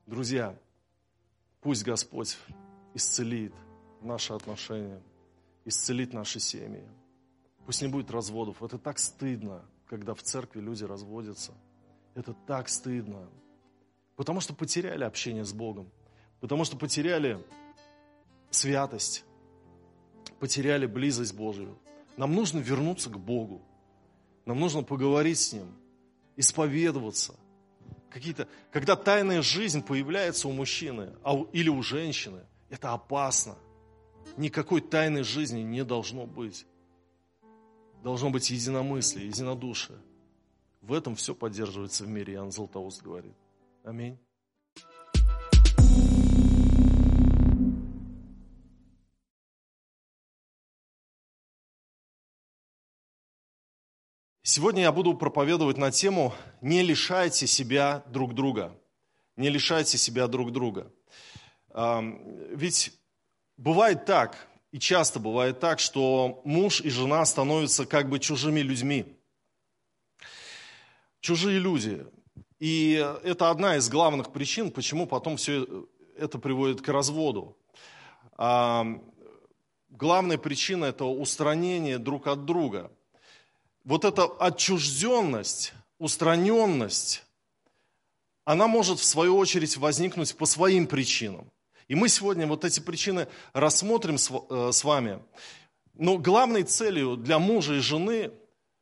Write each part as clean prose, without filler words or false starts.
Друзья, пусть Господь исцелит наши отношения, исцелит наши семьи. Пусть не будет разводов. Это так стыдно, когда в церкви люди разводятся. Это так стыдно. Потому что потеряли общение с Богом. Потому что потеряли святость. Потеряли близость Божию. Нам нужно вернуться к Богу. Нам нужно поговорить с Ним, исповедоваться. Когда тайная жизнь появляется у мужчины или у женщины, это опасно. Никакой тайной жизни не должно быть. Должно быть единомыслие, единодушие. В этом все поддерживается в мире, Иоанн Златоуст говорит. Аминь. Сегодня я буду проповедовать на тему «Не лишайте себя друг друга». Не лишайте себя друг друга. Ведь бывает так, и часто бывает так, что муж и жена становятся как бы чужими людьми. Чужие люди. И это одна из главных причин, почему потом все это приводит к разводу. Главная причина – это устранение друг от друга. Вот эта отчужденность, устраненность, она может в свою очередь возникнуть по своим причинам. И мы сегодня вот эти причины рассмотрим с вами. Но главной целью для мужа и жены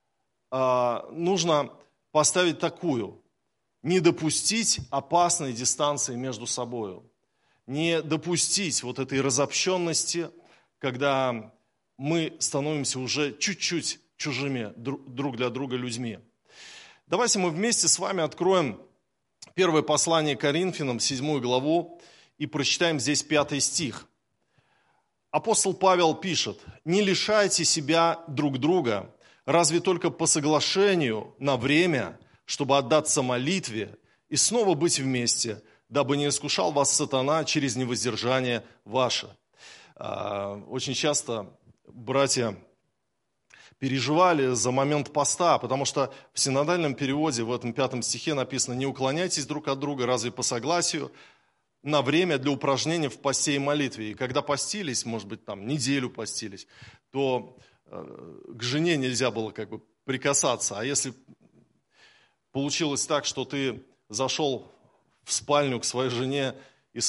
нужно поставить такую: не допустить опасной дистанции между собой, не допустить вот этой разобщенности, когда мы становимся уже чуть-чуть чужими друг для друга людьми. Давайте мы вместе с вами откроем первое послание Коринфянам, 7 главу, и прочитаем здесь 5 стих. Апостол Павел пишет: «Не лишайте себя друг друга, разве только по соглашению на время, чтобы отдаться молитве и снова быть вместе, дабы не искушал вас сатана через невоздержание ваше». Очень часто братья переживали за момент поста, потому что в синодальном переводе в этом 5 стихе написано: «Не уклоняйтесь друг от друга, разве по согласию, на время для упражнения в посте и молитве». И когда постились, может быть, там неделю постились, то к жене нельзя было как бы прикасаться. А если получилось так, что ты зашел в спальню к своей жене и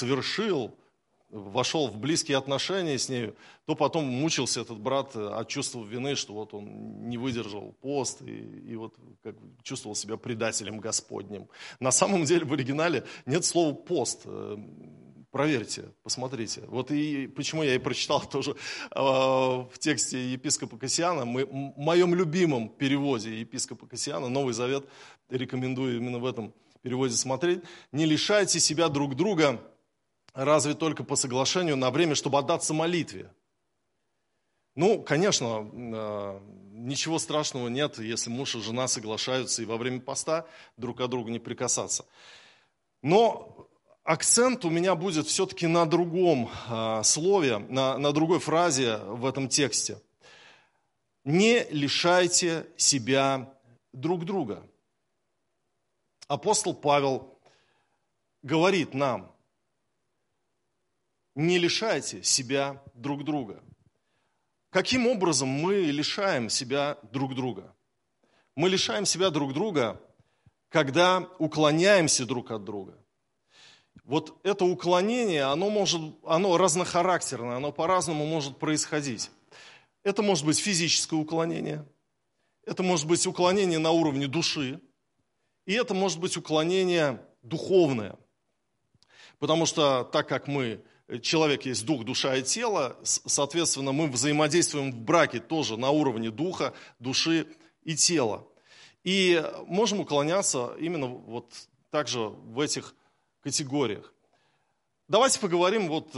вошел в близкие отношения с нею, то потом мучился этот брат от чувства вины, что вот он не выдержал пост и вот как бы чувствовал себя предателем Господним. На самом деле в оригинале нет слова «пост». Проверьте, посмотрите. Вот и почему я и прочитал тоже в тексте епископа Кассиана, в моем любимом переводе епископа Кассиана, Новый Завет, рекомендую именно в этом переводе смотреть. «Не лишайте себя друг друга, разве только по соглашению на время, чтобы отдаться молитве». Ну, конечно, ничего страшного нет, если муж и жена соглашаются и во время поста друг от друга не прикасаться. Но акцент у меня будет все-таки на другом слове, на другой фразе в этом тексте. «Не лишайте себя друг друга». Апостол Павел говорит нам: не лишайте себя друг друга. Каким образом мы лишаем себя друг друга? Мы лишаем себя друг друга, когда уклоняемся друг от друга. Вот это уклонение, оно разнохарактерное, оно по-разному может происходить. Это может быть физическое уклонение, это может быть уклонение на уровне души, и это может быть уклонение духовное. Потому что так как человек есть дух, душа и тело, соответственно, мы взаимодействуем в браке тоже на уровне духа, души и тела. И можем уклоняться именно вот так же в этих категориях. Давайте поговорим вот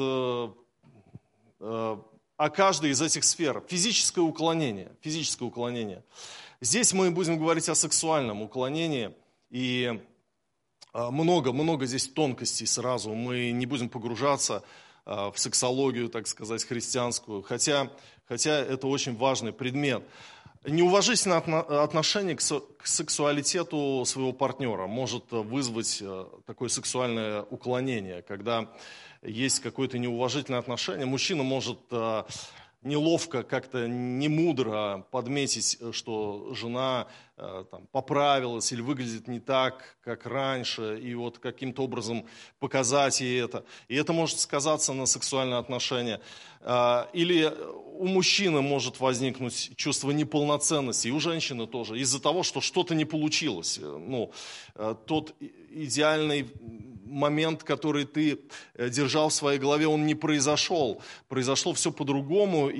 о каждой из этих сфер. Физическое уклонение. Здесь мы будем говорить о сексуальном уклонении, и много здесь тонкостей сразу. Мы не будем погружаться в сексологию, так сказать, христианскую, хотя это очень важный предмет. Неуважительное отношение к сексуалитету своего партнера может вызвать такое сексуальное уклонение, когда есть какое-то неуважительное отношение. Мужчина может неловко, как-то не мудро подметить, что жена там, поправилась или выглядит не так, как раньше, и вот каким-то образом показать ей это. И это может сказаться на сексуальные отношения. Или у мужчины может возникнуть чувство неполноценности, и у женщины тоже, из-за того, что что-то не получилось. Тот идеальный момент, который ты держал в своей голове, он не произошел. Произошло все по-другому,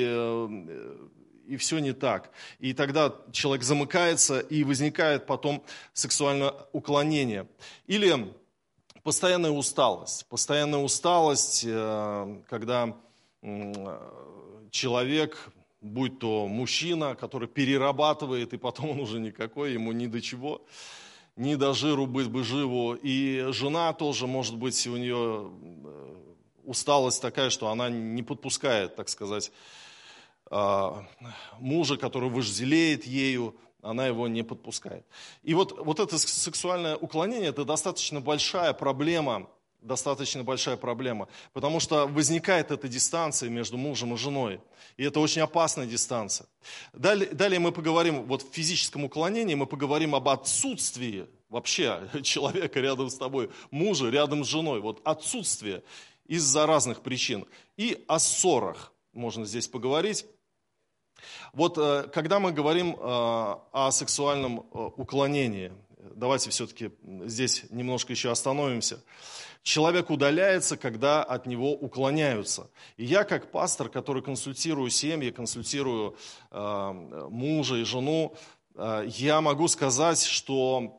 и все не так. И тогда человек замыкается, и возникает потом сексуальное уклонение. Или постоянная усталость. Постоянная усталость, когда человек, будь то мужчина, который перерабатывает, и потом он уже никакой, ему ни до чего, ни до жиру быть бы живу. И жена тоже, может быть, у нее усталость такая, что она не подпускает, так сказать, мужа, который вожделеет ею, она его не подпускает. И вот это сексуальное уклонение, это достаточно большая проблема, потому что возникает эта дистанция между мужем и женой. И это очень опасная дистанция. Далее мы поговорим, вот в физическом уклонении мы поговорим об отсутствии вообще человека рядом с тобой, мужа рядом с женой. Вот отсутствие из-за разных причин. И о ссорах можно здесь поговорить. Вот когда мы говорим о сексуальном уклонении, давайте все-таки здесь немножко еще остановимся. Человек удаляется, когда от него уклоняются. И я, как пастор, который консультирую семьи, консультирую мужа и жену, я могу сказать, что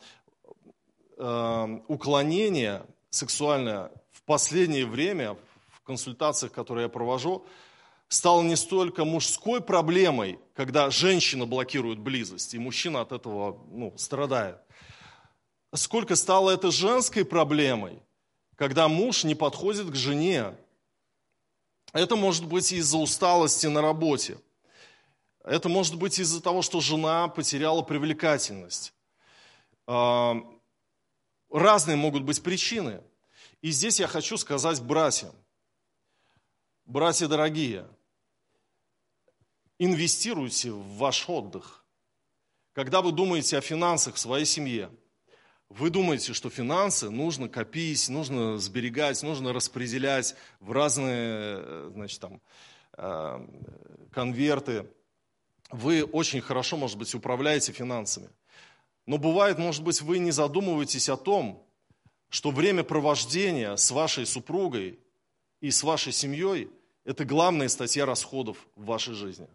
уклонение сексуальное в последнее время, в консультациях, которые я провожу, стало не столько мужской проблемой, когда женщина блокирует близость, и мужчина от этого страдает, сколько стало это женской проблемой, когда муж не подходит к жене. Это может быть из-за усталости на работе. Это может быть из-за того, что жена потеряла привлекательность. Разные могут быть причины. И здесь я хочу сказать братьям. Братья дорогие, инвестируйте в ваш отдых. Когда вы думаете о финансах в своей семье, вы думаете, что финансы нужно копить, нужно сберегать, нужно распределять в разные, конверты. Вы очень хорошо, может быть, управляете финансами. Но бывает, может быть, вы не задумываетесь о том, что времяпровождение с вашей супругой и с вашей семьей – это главная статья расходов в вашей жизни.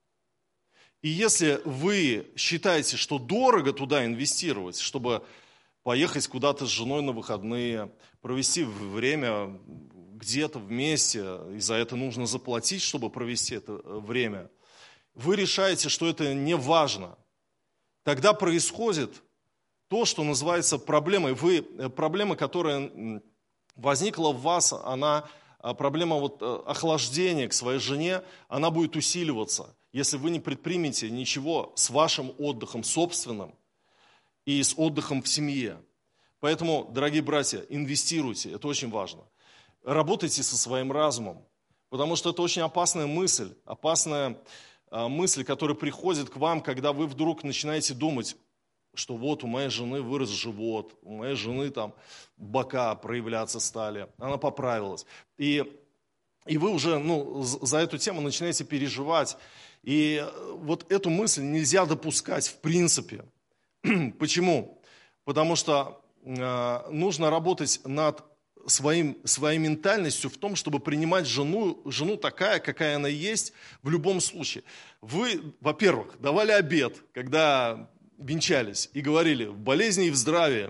И если вы считаете, что дорого туда инвестировать, чтобы поехать куда-то с женой на выходные, провести время где-то вместе, и за это нужно заплатить, чтобы провести это время, вы решаете, что это не важно. Тогда происходит то, что называется проблемой. Проблема, которая возникла в вас, проблема охлаждения к своей жене, она будет усиливаться, если вы не предпримете ничего с вашим отдыхом собственным, и с отдыхом в семье. Поэтому, дорогие братья, инвестируйте, это очень важно. Работайте со своим разумом, потому что это очень опасная мысль, которая приходит к вам, когда вы вдруг начинаете думать, что вот у моей жены вырос живот, у моей жены там бока проявляться стали, она поправилась. И вы уже за эту тему начинаете переживать. И вот эту мысль нельзя допускать в принципе. Почему? Потому что нужно работать над своей ментальностью в том, чтобы принимать жену такая, какая она есть в любом случае. Вы, во-первых, давали обет, когда венчались, и говорили в болезни и в здравии.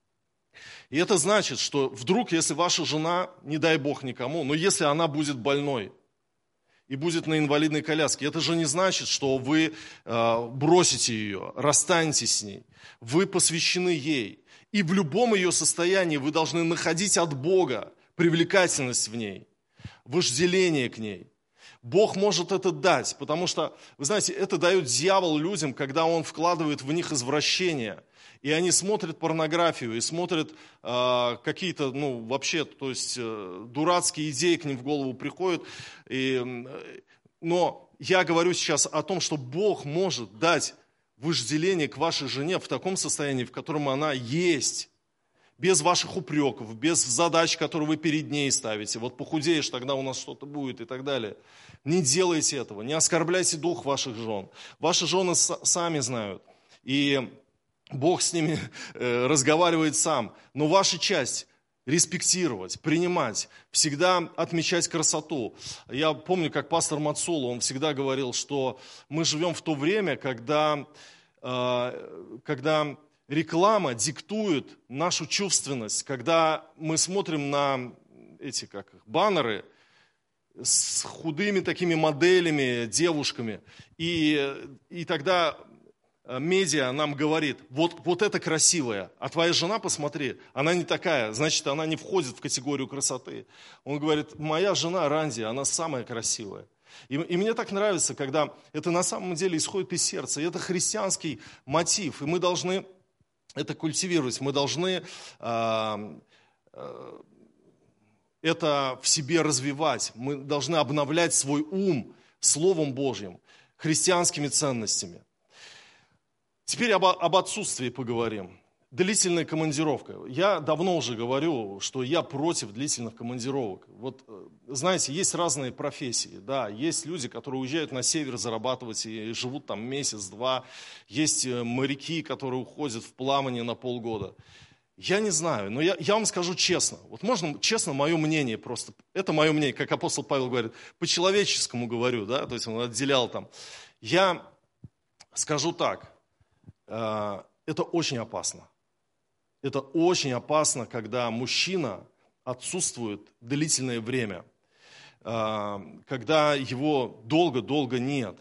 И это значит, что вдруг, если ваша жена, не дай Бог никому, но если она будет больной, и будет на инвалидной коляске. Это же не значит, что вы бросите ее, расстанетесь с ней. Вы посвящены ей. И в любом ее состоянии вы должны находить от Бога привлекательность в ней, вожделение к ней. Бог может это дать, потому что, вы знаете, это дает дьявол людям, когда он вкладывает в них извращения. И они смотрят порнографию, и смотрят какие-то, вообще, то есть дурацкие идеи к ним в голову приходят. Но я говорю сейчас о том, что Бог может дать вожделение к вашей жене в таком состоянии, в котором она есть. Без ваших упреков, без задач, которые вы перед ней ставите. Вот похудеешь, тогда у нас что-то будет и так далее. Не делайте этого, не оскорбляйте дух ваших жен. Ваши жены сами знают, и Бог с ними разговаривает сам. Но ваша часть – респектировать, принимать, всегда отмечать красоту. Я помню, как пастор Мацула, он всегда говорил, что мы живем в то время, когда реклама диктует нашу чувственность, когда мы смотрим на эти баннеры с худыми такими моделями, девушками, и тогда медиа нам говорит, вот это красивая, а твоя жена, посмотри, она не такая, значит, она не входит в категорию красоты. Он говорит, моя жена Ранди, она самая красивая. И мне так нравится, когда это на самом деле исходит из сердца, и это христианский мотив, и мы должны это культивировать, мы должны это в себе развивать, мы должны обновлять свой ум Словом Божьим, христианскими ценностями. Теперь об отсутствии поговорим. Длительная командировка. Я давно уже говорю, что я против длительных командировок. Вот, знаете, есть разные профессии. Да, есть люди, которые уезжают на север зарабатывать и живут там месяц-два. Есть моряки, которые уходят в плавание на полгода. Я не знаю, но я вам скажу честно. Вот можно честно мое мнение просто. Это мое мнение, как апостол Павел говорит, по-человеческому говорю, да, то есть он отделял там. Я скажу так, это очень опасно. Это очень опасно, когда мужчина отсутствует длительное время, когда его долго-долго нет.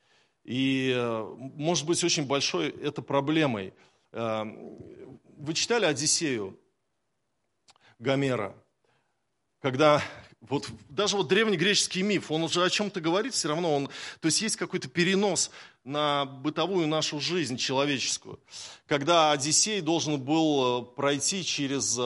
И может быть очень большой это проблемой. Вы читали «Одиссею» Гомера? Когда даже древнегреческий миф, он уже о чем-то говорит, все равно то есть есть какой-то перенос на бытовую нашу жизнь человеческую. Когда Одиссей должен был пройти через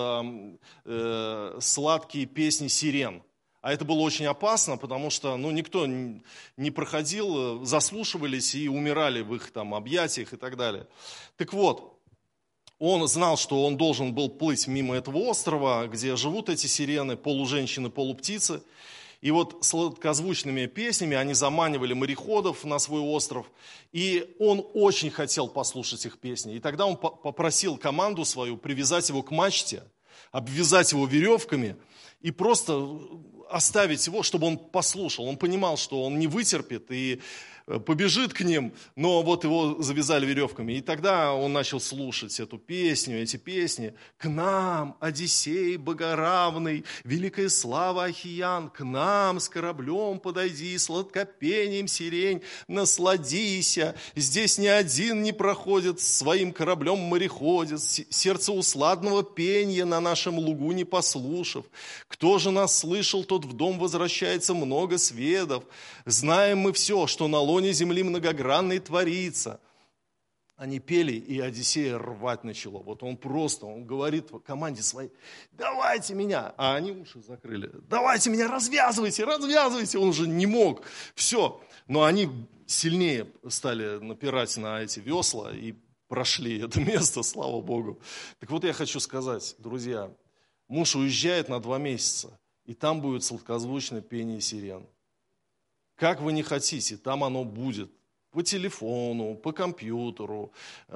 сладкие песни сирен. А это было очень опасно, потому что никто не проходил, заслушивались и умирали в их объятиях и так далее. Так вот, он знал, что он должен был плыть мимо этого острова, где живут эти сирены, полуженщины, полуптицы. И сладкозвучными песнями они заманивали мореходов на свой остров. И он очень хотел послушать их песни. И тогда он попросил команду свою привязать его к мачте, обвязать его веревками и просто оставить его, чтобы он послушал. Он понимал, что он не вытерпит и побежит к ним, но его завязали веревками. И тогда он начал слушать эту песню, эти песни. «К нам, Одиссей богоравный, великая слава Ахиян, к нам с кораблем подойди, сладкопением сирень насладися. Здесь ни один не проходит, своим кораблем мореходит, сердце усладного пения на нашем лугу не послушав. Кто же нас слышал, тот в дом возвращается много сведов. Знаем мы все, что на лоне земли многогранной творится». Они пели, и Одиссея рвать начало. Он говорит команде своей: давайте меня, а они уши закрыли. Давайте меня, развязывайте. Он уже не мог. Все. Но они сильнее стали напирать на эти весла и прошли это место, слава Богу. Так вот я хочу сказать, друзья, муж уезжает на 2 месяца, и там будет сладкозвучное пение сирен. Как вы не хотите, там оно будет. По телефону, по компьютеру.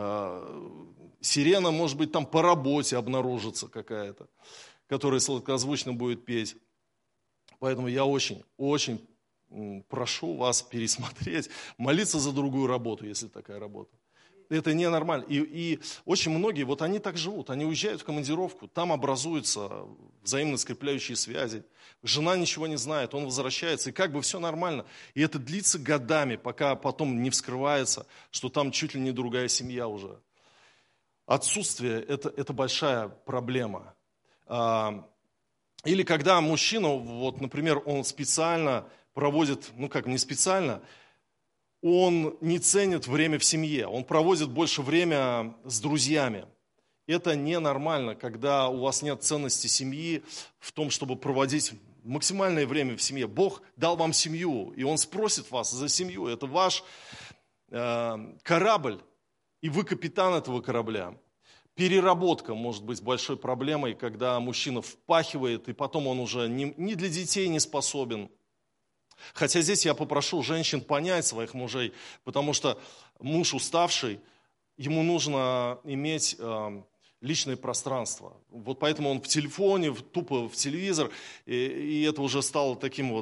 Сирена, может быть, там по работе обнаружится какая-то, которая сладкозвучно будет петь. Поэтому я очень, очень прошу вас пересмотреть, молиться за другую работу, если такая работа. Это ненормально. И очень многие, они так живут, они уезжают в командировку, там образуются взаимно скрепляющие связи. Жена ничего не знает, он возвращается, и как бы все нормально. И это длится годами, пока потом не вскрывается, что там чуть ли не другая семья уже. Отсутствие – это большая проблема. Или когда мужчина, например, он специально проводит, не специально, он не ценит время в семье, он проводит больше время с друзьями. Это ненормально, когда у вас нет ценности семьи в том, чтобы проводить максимальное время в семье. Бог дал вам семью, и Он спросит вас за семью. Это ваш корабль, и вы капитан этого корабля. Переработка может быть большой проблемой, когда мужчина впахивает, и потом он уже ни для детей не способен. Хотя здесь я попрошу женщин понять своих мужей, потому что муж уставший, ему нужно иметь личное пространство. Вот поэтому он в телефоне, тупо в телевизор, и это уже стало таким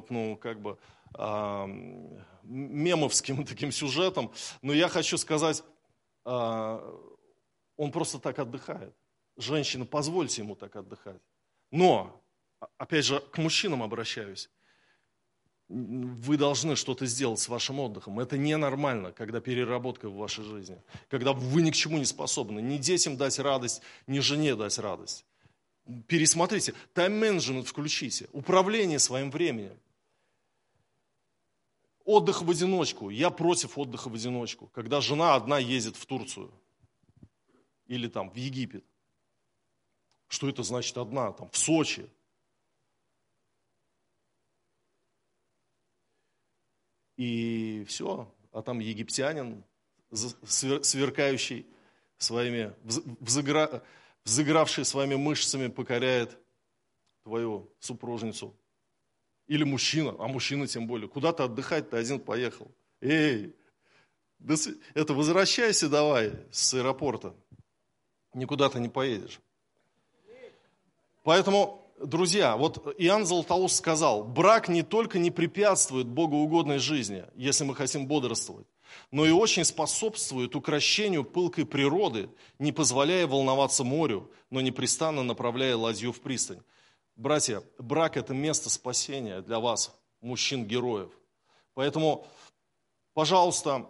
мемовским таким сюжетом. Но я хочу сказать, он просто так отдыхает. Женщина, позвольте ему так отдыхать. Но, опять же, к мужчинам обращаюсь. Вы должны что-то сделать с вашим отдыхом. Это ненормально, когда переработка в вашей жизни. Когда вы ни к чему не способны. Ни детям дать радость, ни жене дать радость. Пересмотрите. Тайм-менеджмент включите. Управление своим временем. Отдых в одиночку. Я против отдыха в одиночку. Когда жена одна ездит в Турцию. Или в Египет. Что это значит одна? В Сочи. И все, а там египтянин, сверкающий своими, взыгравший своими мышцами, покоряет твою супружницу. Или мужчина, а мужчина тем более. Куда-то отдыхать, ты один поехал. Эй, это возвращайся давай с аэропорта. Никуда ты не поедешь. Поэтому... Друзья, вот Иоанн Златоуст сказал, брак не только не препятствует богоугодной жизни, если мы хотим бодрствовать, но и очень способствует укрощению пылкой природы, не позволяя волноваться морю, но непрестанно направляя ладью в пристань. Братья, брак – это место спасения для вас, мужчин-героев. Поэтому, пожалуйста,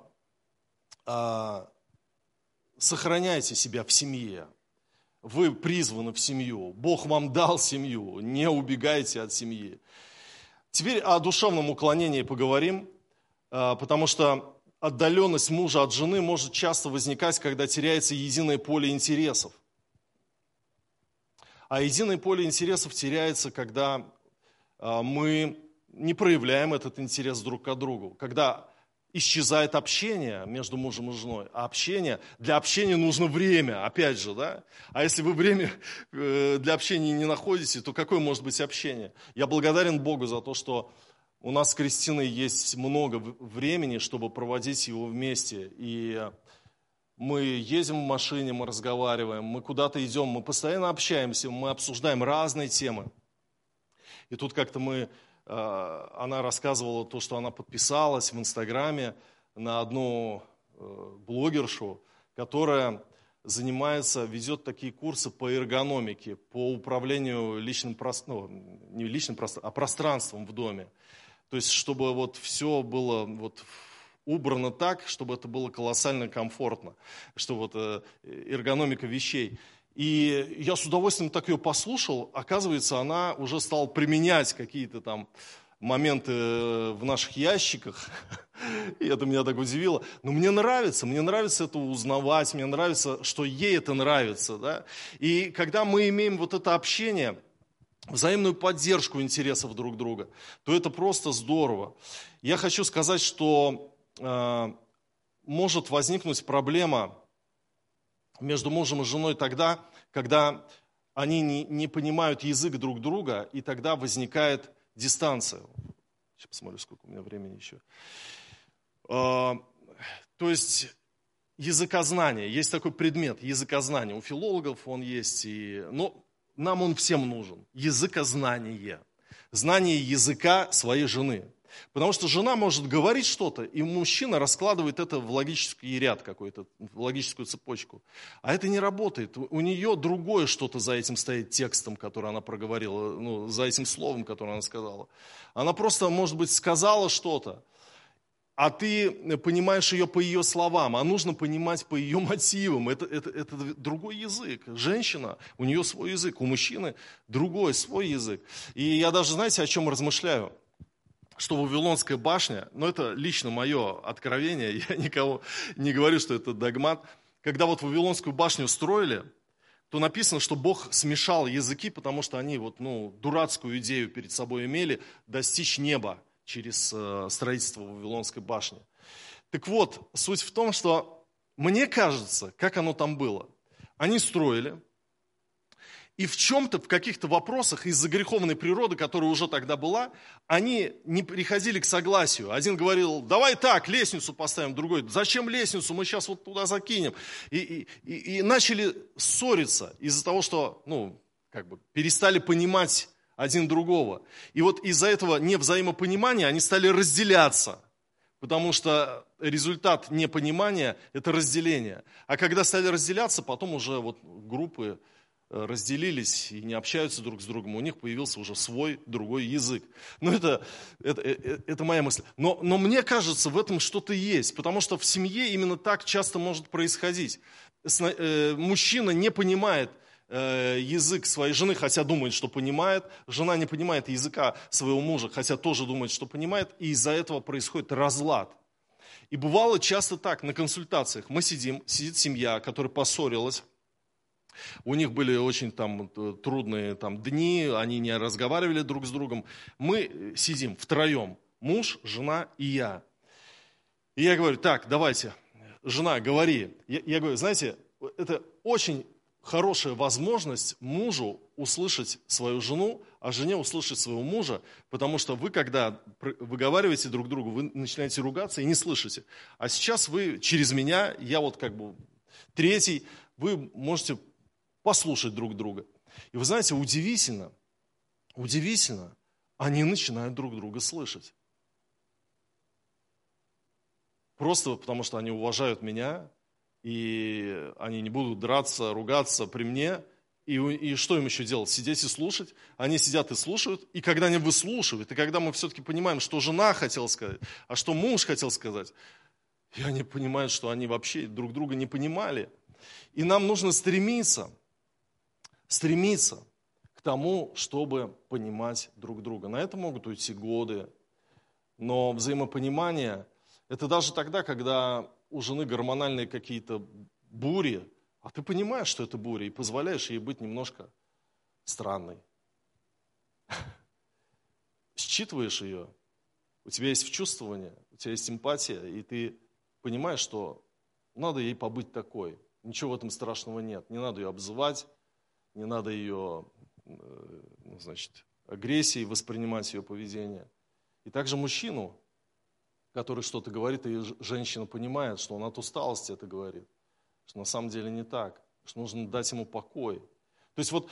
сохраняйте себя в семье. Вы призваны в семью, Бог вам дал семью, не убегайте от семьи. Теперь о душевном уклонении поговорим, потому что отдаленность мужа от жены может часто возникать, когда теряется единое поле интересов. А единое поле интересов теряется, когда мы не проявляем этот интерес друг к другу, когда исчезает общение между мужем и женой. А для общения нужно время, опять же, да? А если вы время для общения не находите, то какое может быть общение? Я благодарен Богу за то, что у нас с Кристиной есть много времени, чтобы проводить его вместе. И мы едем в машине, мы разговариваем, мы куда-то идем, мы постоянно общаемся, мы обсуждаем разные темы. И тут как-то она рассказывала то, что она подписалась в Инстаграме на одну блогершу, которая ведет такие курсы по эргономике, по управлению пространством в доме. То есть, чтобы все было убрано так, чтобы это было колоссально комфортно, что эргономика вещей. И я с удовольствием так ее послушал. Оказывается, она уже стала применять какие-то моменты в наших ящиках. И это меня так удивило. Но мне нравится это узнавать, мне нравится, что ей это нравится. Да? И когда мы имеем это общение, взаимную поддержку интересов друг друга, то это просто здорово. Я хочу сказать, что может возникнуть проблема между мужем и женой тогда, когда они не понимают язык друг друга, и тогда возникает дистанция. Сейчас посмотрю, сколько у меня времени еще. То есть языкознание, есть такой предмет, языкознание. У филологов он есть, но нам он всем нужен. Языкознание. Знание языка своей жены. Потому что жена может говорить что-то, и мужчина раскладывает это в логический ряд какой-то, в логическую цепочку. А это не работает. У нее другое что-то за этим стоит текстом, который она проговорила, за этим словом, которое она сказала. Она просто, может быть, сказала что-то, а ты понимаешь ее по ее словам, а нужно понимать по ее мотивам. Это другой язык. Женщина, у нее свой язык, у мужчины другой, свой язык. И я даже, знаете, о чем размышляю? что Вавилонская башня, это лично мое откровение, я никого не говорю, что это догмат, когда вот Вавилонскую башню строили, то написано, что Бог смешал языки, потому что они дурацкую идею перед собой имели достичь неба через строительство Вавилонской башни. Так вот, суть в том, что мне кажется, как оно там было. Они строили, и в чем-то, в каких-то вопросах из-за греховной природы, которая уже тогда была, они не приходили к согласию. Один говорил, давай так, лестницу поставим, другой, зачем лестницу, мы сейчас вот туда закинем. И начали ссориться из-за того, что перестали понимать один другого. И вот из-за этого невзаимопонимания они стали разделяться. Потому что результат непонимания – это разделение. А когда стали разделяться, потом уже группы разделились и не общаются друг с другом, у них появился уже свой другой язык. Это моя мысль. Но мне кажется, в этом что-то есть, потому что в семье именно так часто может происходить. Мужчина не понимает язык своей жены, хотя думает, что понимает. Жена не понимает языка своего мужа, хотя тоже думает, что понимает. И из-за этого происходит разлад. И бывало часто так, на консультациях мы сидит семья, которая поссорилась. У них были очень трудные дни, они не разговаривали друг с другом. Мы сидим втроем, муж, жена и я. И я говорю, так, давайте, жена, говори. Я говорю, знаете, это очень хорошая возможность мужу услышать свою жену, а жене услышать своего мужа, потому что вы, когда выговариваете друг другу, вы начинаете ругаться и не слышите. А сейчас вы через меня, я третий, вы можете послушать друг друга. И вы знаете, удивительно, они начинают друг друга слышать. Просто потому, что они уважают меня, и они не будут драться, ругаться при мне. И что им еще делать? Сидеть и слушать? Они сидят и слушают, и когда они выслушивают, и когда мы все-таки понимаем, что жена хотела сказать, а что муж хотел сказать, и они понимают, что они вообще друг друга не понимали. И нам нужно стремиться к тому, чтобы понимать друг друга. На это могут уйти годы, но взаимопонимание – это даже тогда, когда у жены гормональные какие-то бури, а ты понимаешь, что это буря, и позволяешь ей быть немножко странной. Считываешь ее, у тебя есть вчувствование, у тебя есть эмпатия, и ты понимаешь, что надо ей побыть такой. Ничего в этом страшного нет. Не надо ее обзывать, не надо ее, агрессией воспринимать ее поведение. И также мужчину, который что-то говорит, и женщина понимает, что он от усталости это говорит, что на самом деле не так, что нужно дать ему покой. То есть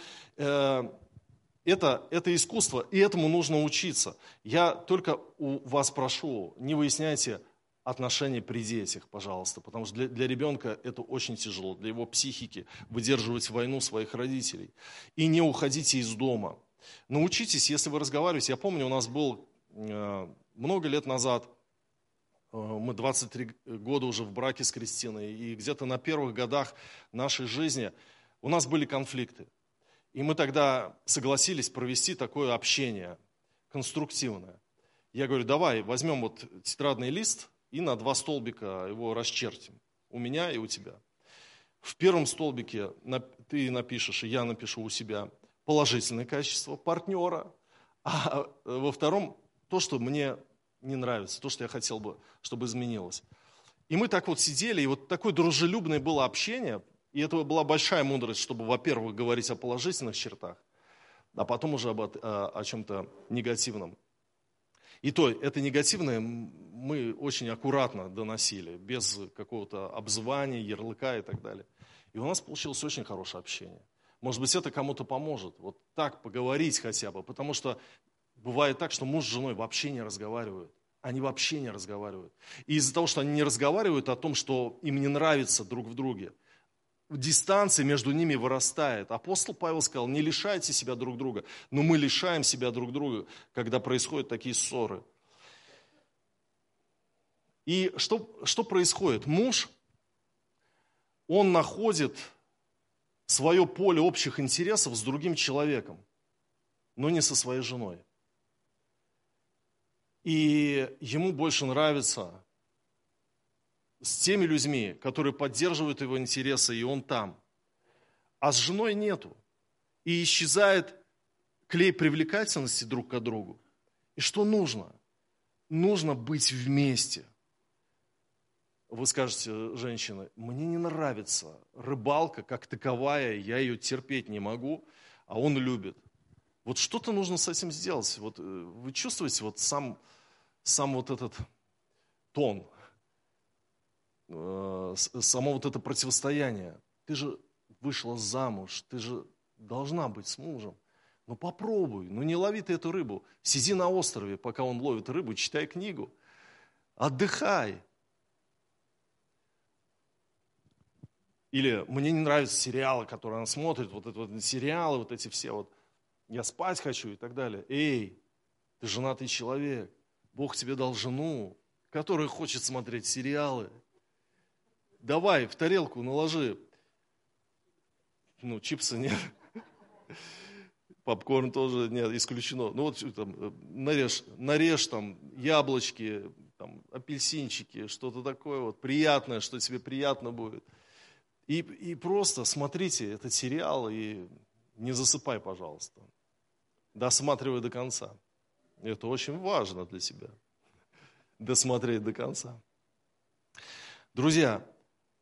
это искусство, и этому нужно учиться. Я только у вас прошу, не выясняйте отношения при детях, пожалуйста, потому что для ребенка это очень тяжело, для его психики выдерживать войну своих родителей. И не уходите из дома. Научитесь, если вы разговариваете. Я помню, у нас был много лет назад, мы 23 года уже в браке с Кристиной, и где-то на первых годах нашей жизни у нас были конфликты. И мы тогда согласились провести такое общение конструктивное. Я говорю, давай возьмем тетрадный лист и на 2 столбика его расчертим. У меня и у тебя. В первом столбике ты напишешь, и я напишу у себя положительное качество партнера, а во втором то, что мне не нравится, то, что я хотел бы, чтобы изменилось. И мы так сидели, и такое дружелюбное было общение, и это была большая мудрость, чтобы, во-первых, говорить о положительных чертах, а потом уже о чем-то негативном. И то, это негативное мы очень аккуратно доносили, без какого-то обзывания, ярлыка и так далее. И у нас получилось очень хорошее общение. Может быть, это кому-то поможет, так поговорить хотя бы, потому что бывает так, что муж с женой вообще не разговаривают. Они вообще не разговаривают. И из-за того, что они не разговаривают о том, что им не нравится друг в друге, дистанция между ними вырастает. Апостол Павел сказал, не лишайте себя друг друга. Но мы лишаем себя друг друга, когда происходят такие ссоры. И что происходит? Муж, он находит свое поле общих интересов с другим человеком, но не со своей женой. И ему больше нравится с теми людьми, которые поддерживают его интересы, и он там. А с женой нету. И исчезает клей привлекательности друг к другу. И что нужно? Нужно быть вместе. Вы скажете, женщины, мне не нравится рыбалка как таковая, я ее терпеть не могу, а он любит. Вот что-то нужно с этим сделать. Вот вы чувствуете вот сам вот этот тон, само вот это противостояние. Ты же вышла замуж, ты же должна быть с мужем. Ну попробуй, ну не лови ты эту рыбу. Сиди на острове, пока он ловит рыбу, читай книгу. Отдыхай. Или мне не нравятся сериалы, которые она смотрит, вот эти вот сериалы, вот эти все вот, я спать хочу и так далее. Эй, ты женатый человек, Бог тебе дал жену, которая хочет смотреть сериалы. Давай в тарелку наложи, чипсы нет, попкорн тоже нет, исключено. Ну вот там, нарежь там яблочки, там, апельсинчики, что-то такое вот приятное, что тебе приятно будет. И просто смотрите этот сериал и не засыпай, пожалуйста. Досматривай до конца. Это очень важно для тебя. Досмотреть до конца. Друзья,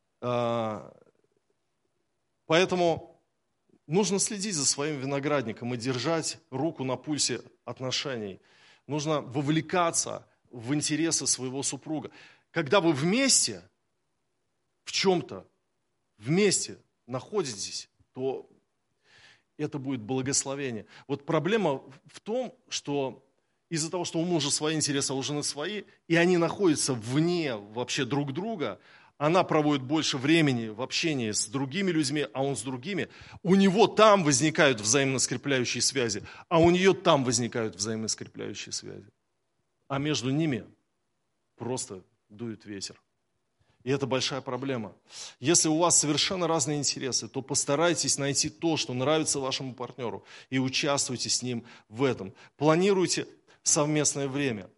поэтому нужно следить за своим виноградником и держать руку на пульсе отношений. Нужно вовлекаться в интересы своего супруга. Когда вы вместе в чем-то, вместе находитесь, то это будет благословение. Вот проблема в том, что из-за того, что у мужа свои интересы, а у жены свои, и они находятся вне вообще друг друга, она проводит больше времени в общении с другими людьми, а он с другими, у него там возникают взаимно скрепляющие связи, а у нее там возникают взаимно скрепляющие связи. А между ними просто дует ветер. И это большая проблема. Если у вас совершенно разные интересы, то постарайтесь найти то, что нравится вашему партнеру, и участвуйте с ним в этом. Планируйте совместное время.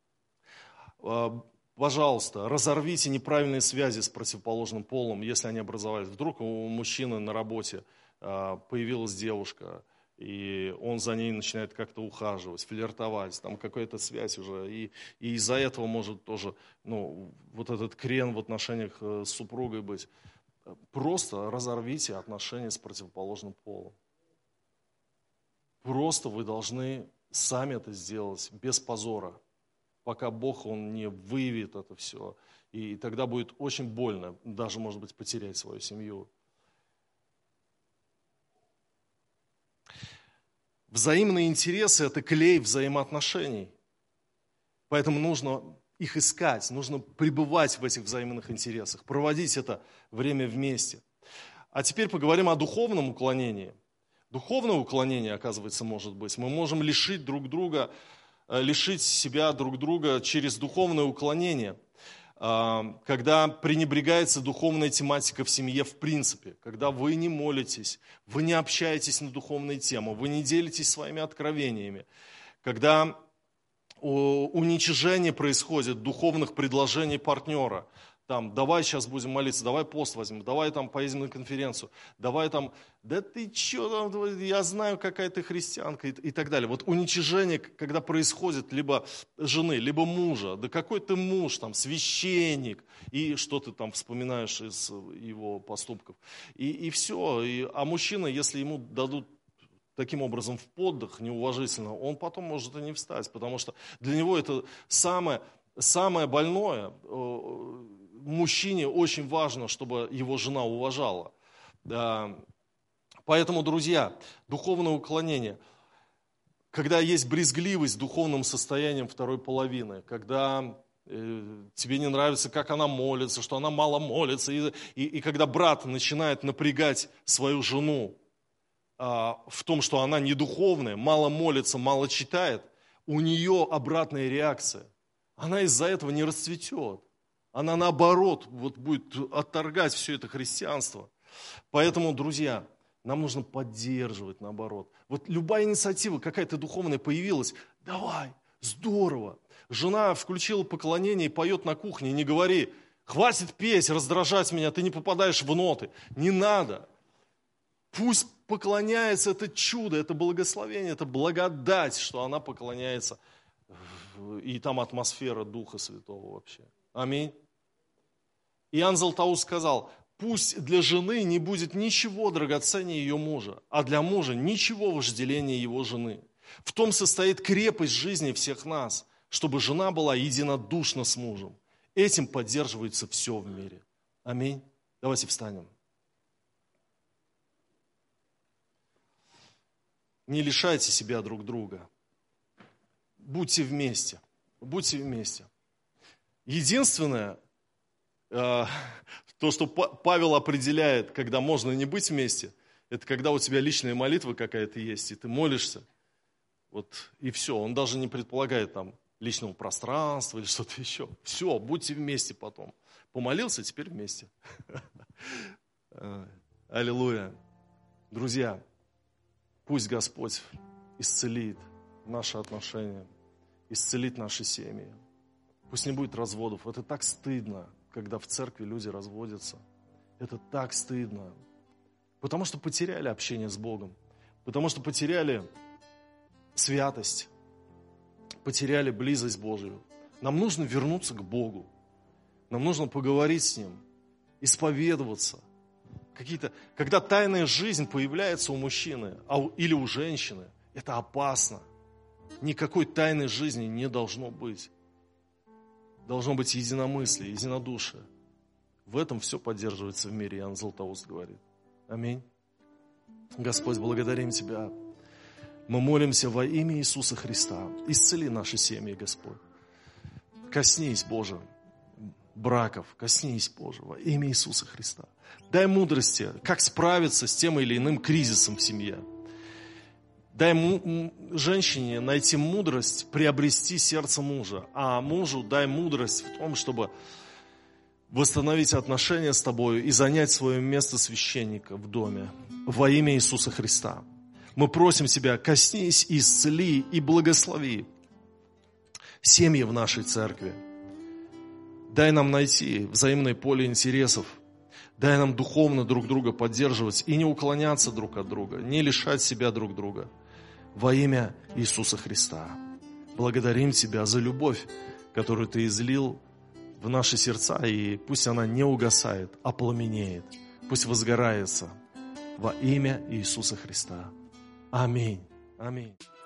Пожалуйста, разорвите неправильные связи с противоположным полом, если они образовались. Вдруг у мужчины на работе появилась девушка, и он за ней начинает как-то ухаживать, флиртовать, там какая-то связь уже, и из-за этого может тоже, вот этот крен в отношениях с супругой быть. Просто разорвите отношения с противоположным полом. Просто вы должны сами это сделать без позора, пока Бог, Он не выявит это все, и тогда будет очень больно, даже, может быть, потерять свою семью. Взаимные интересы – это клей взаимоотношений. Поэтому нужно их искать, нужно пребывать в этих взаимных интересах, проводить это время вместе. А теперь поговорим о духовном уклонении. Духовное уклонение, оказывается, может быть. Мы можем лишить себя друг друга через духовное уклонение, когда пренебрегается духовная тематика в семье в принципе, когда вы не молитесь, вы не общаетесь на духовные темы, вы не делитесь своими откровениями, когда уничижение происходит духовных предложений партнера. Там, давай сейчас будем молиться, давай пост возьмем, давай там поедем на конференцию, давай там, да ты что там, я знаю, какая ты христианка и так далее. Вот уничижение, когда происходит либо жены, либо мужа, да какой ты муж, там, священник, и что ты там вспоминаешь из его поступков. И все, а мужчина, если ему дадут таким образом в поддых неуважительно, он потом может и не встать, потому что для него это самое больное. Мужчине очень важно, чтобы его жена уважала. Поэтому, друзья, духовное уклонение, когда есть брезгливость духовным состоянием второй половины, когда тебе не нравится, как она молится, что она мало молится, и когда брат начинает напрягать свою жену в том, что она не духовная, мало молится, мало читает, у нее обратная реакция. Она из-за этого не расцветет. Она наоборот будет отторгать все это христианство. Поэтому, друзья, нам нужно поддерживать наоборот. Вот любая инициатива какая-то духовная появилась, давай, здорово. Жена включила поклонение и поет на кухне. Не говори: хватит петь, раздражать меня, ты не попадаешь в ноты. Не надо. Пусть поклоняется, это чудо, это благословение, это благодать, что она поклоняется. И там атмосфера Духа Святого вообще. Аминь. Иоанн Златоуст сказал: пусть для жены не будет ничего драгоценнее ее мужа, а для мужа ничего вожделения его жены. В том состоит крепость жизни всех нас, чтобы жена была единодушна с мужем. Этим поддерживается все в мире. Аминь. Давайте встанем. Не лишайте себя друг друга. Будьте вместе. Будьте вместе. Единственное, то, что Павел определяет, когда можно не быть вместе, это когда у тебя личная молитва какая-то есть, и ты молишься. Вот, и все. Он даже не предполагает там личного пространства или что-то еще. Все, будьте вместе потом. Помолился, теперь вместе. Аллилуйя. Друзья, пусть Господь исцелит наши отношения, исцелит наши семьи. Пусть не будет разводов. Это так стыдно, когда в церкви люди разводятся. Это так стыдно. Потому что потеряли общение с Богом. Потому что потеряли святость. Потеряли близость Божию. Нам нужно вернуться к Богу. Нам нужно поговорить с Ним. Исповедоваться. Когда тайная жизнь появляется у мужчины или у женщины, это опасно. Никакой тайной жизни не должно быть. Должно быть единомыслие, единодушие. В этом все поддерживается в мире, Иоанн Златоуст говорит. Аминь. Господь, благодарим Тебя. Мы молимся во имя Иисуса Христа. Исцели наши семьи, Господь. Коснись, Боже, браков. Коснись, Боже, во имя Иисуса Христа. Дай мудрости, как справиться с тем или иным кризисом в семье. Дай женщине найти мудрость, приобрести сердце мужа, а мужу дай мудрость в том, чтобы восстановить отношения с тобою и занять свое место священника в доме. Во имя Иисуса Христа. Мы просим Тебя, коснись, исцели и благослови семьи в нашей церкви. Дай нам найти взаимное поле интересов. Дай нам духовно друг друга поддерживать и не уклоняться друг от друга, не лишать себя друг друга. Во имя Иисуса Христа. Благодарим Тебя за любовь, которую Ты излил в наши сердца, и пусть она не угасает, а пламенеет. Пусть возгорается во имя Иисуса Христа. Аминь. Аминь.